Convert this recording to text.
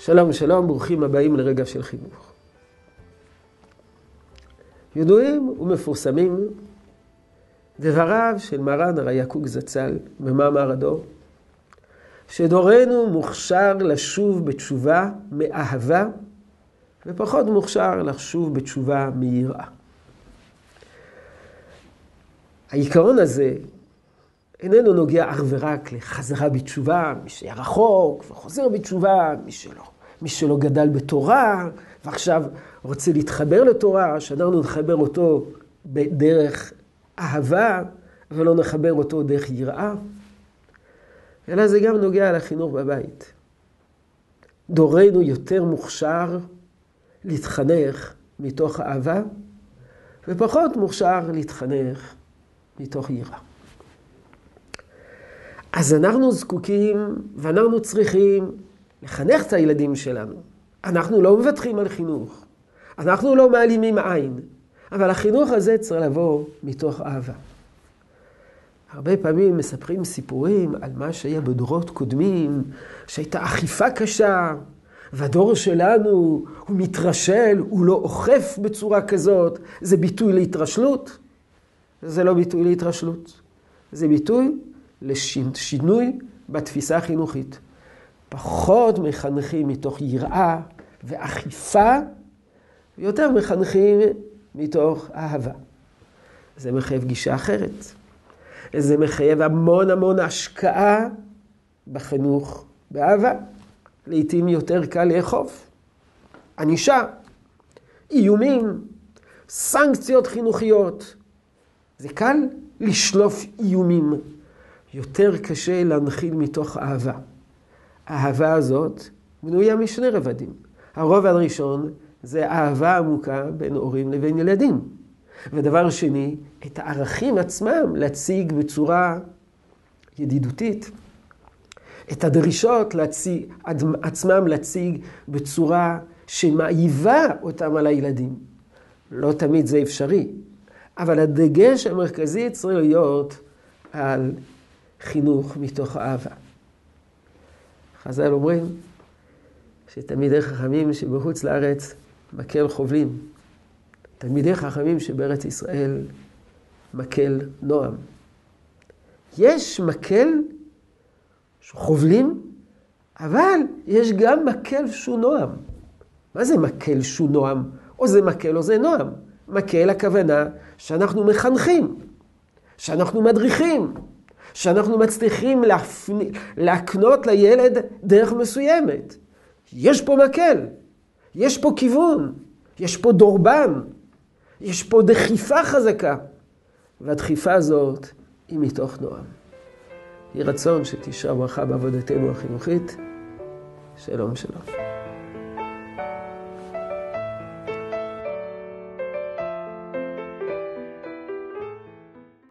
שלום שלום, ברוכים הבאים לרגע של חינוך. ידועים ומפורסמים דבריו של מרן הרב קוק זצ"ל במאמר הדור, שדורנו מוכשר לשוב בתשובה מאהבה, ופחות מוכשר לשוב בתשובה מיראה. העיקרון הזה איננו נוגע אך ורק לחזרה בתשובה, מי שהיה רחוק וחוזר בתשובה, מי שלא גדל בתורה ועכשיו רוצה להתחבר לתורה, שאנחנו נחבר אותו בדרך אהבה ולא נחבר אותו דרך יראה, אלא זה גם נוגע לחינוך בבית. דורנו יותר מוכשר להתחנך מתוך אהבה, ופחות מוכשר להתחנך מתוך יראה. אז אנחנו זקוקים ואנחנו צריכים לחנך את הילדים שלנו. אנחנו לא מבטחים על חינוך, אנחנו לא מעלימים עין, אבל החינוך הזה צריך לבוא מתוך אהבה. הרבה פעמים מספרים סיפורים על מה שהיה בדורות קודמים, שהייתה אכיפה קשה, והדור שלנו הוא מתרשל, הוא לא אוכף בצורה כזאת. זה ביטוי להתרשלות? זה לא ביטוי להתרשלות. זה ביטוי לשינוי בתפיסה החינוכית. פחות מחנכים מתוך יראה ואכיפה, ויותר מחנכים מתוך אהבה. זה מחייב גישה אחרת. זה מחייב המון השקעה בחינוך באהבה. לעתים יותר קל לאכוף. ענישה, איומים, סנקציות חינוכיות. זה קל לשלוף איומים. יותר קשה להנחיל מתוך אהבה. האהבה הזאת בנויה משני רבדים. הרובד הראשון זה אהבה עמוקה בין הורים לבין ילדים. ודבר שני, את הערכים עצמם להציג בצורה ידידותית. את הדרישות עצמם להציג בצורה שמעיבה אותם על הילדים. לא תמיד זה אפשרי, אבל הדגש המרכזי צריך להיות על חינוך מתוך אהבה. חז"ל אומרים שתלמידי חכמים שבחוץ לארץ מקל חובלים. תלמידי חכמים שבארץ ישראל מקל נועם. יש מקל חובלים, אבל יש גם מקל שהוא נועם. מה זה מקל שהוא נועם? או זה מקל או זה נועם. מקל הכוונה שאנחנו מחנכים, שאנחנו מדריכים, שאנחנו מצליחים להקנות לילד דרך מסוימת. יש פה מקל, יש פה כיוון, יש פה דורבן, יש פה דחיפה חזקה. והדחיפה הזאת היא מתוך נועם. יהי רצון שתשרה ברכה בעבודתנו החינוכית. שלום שלום.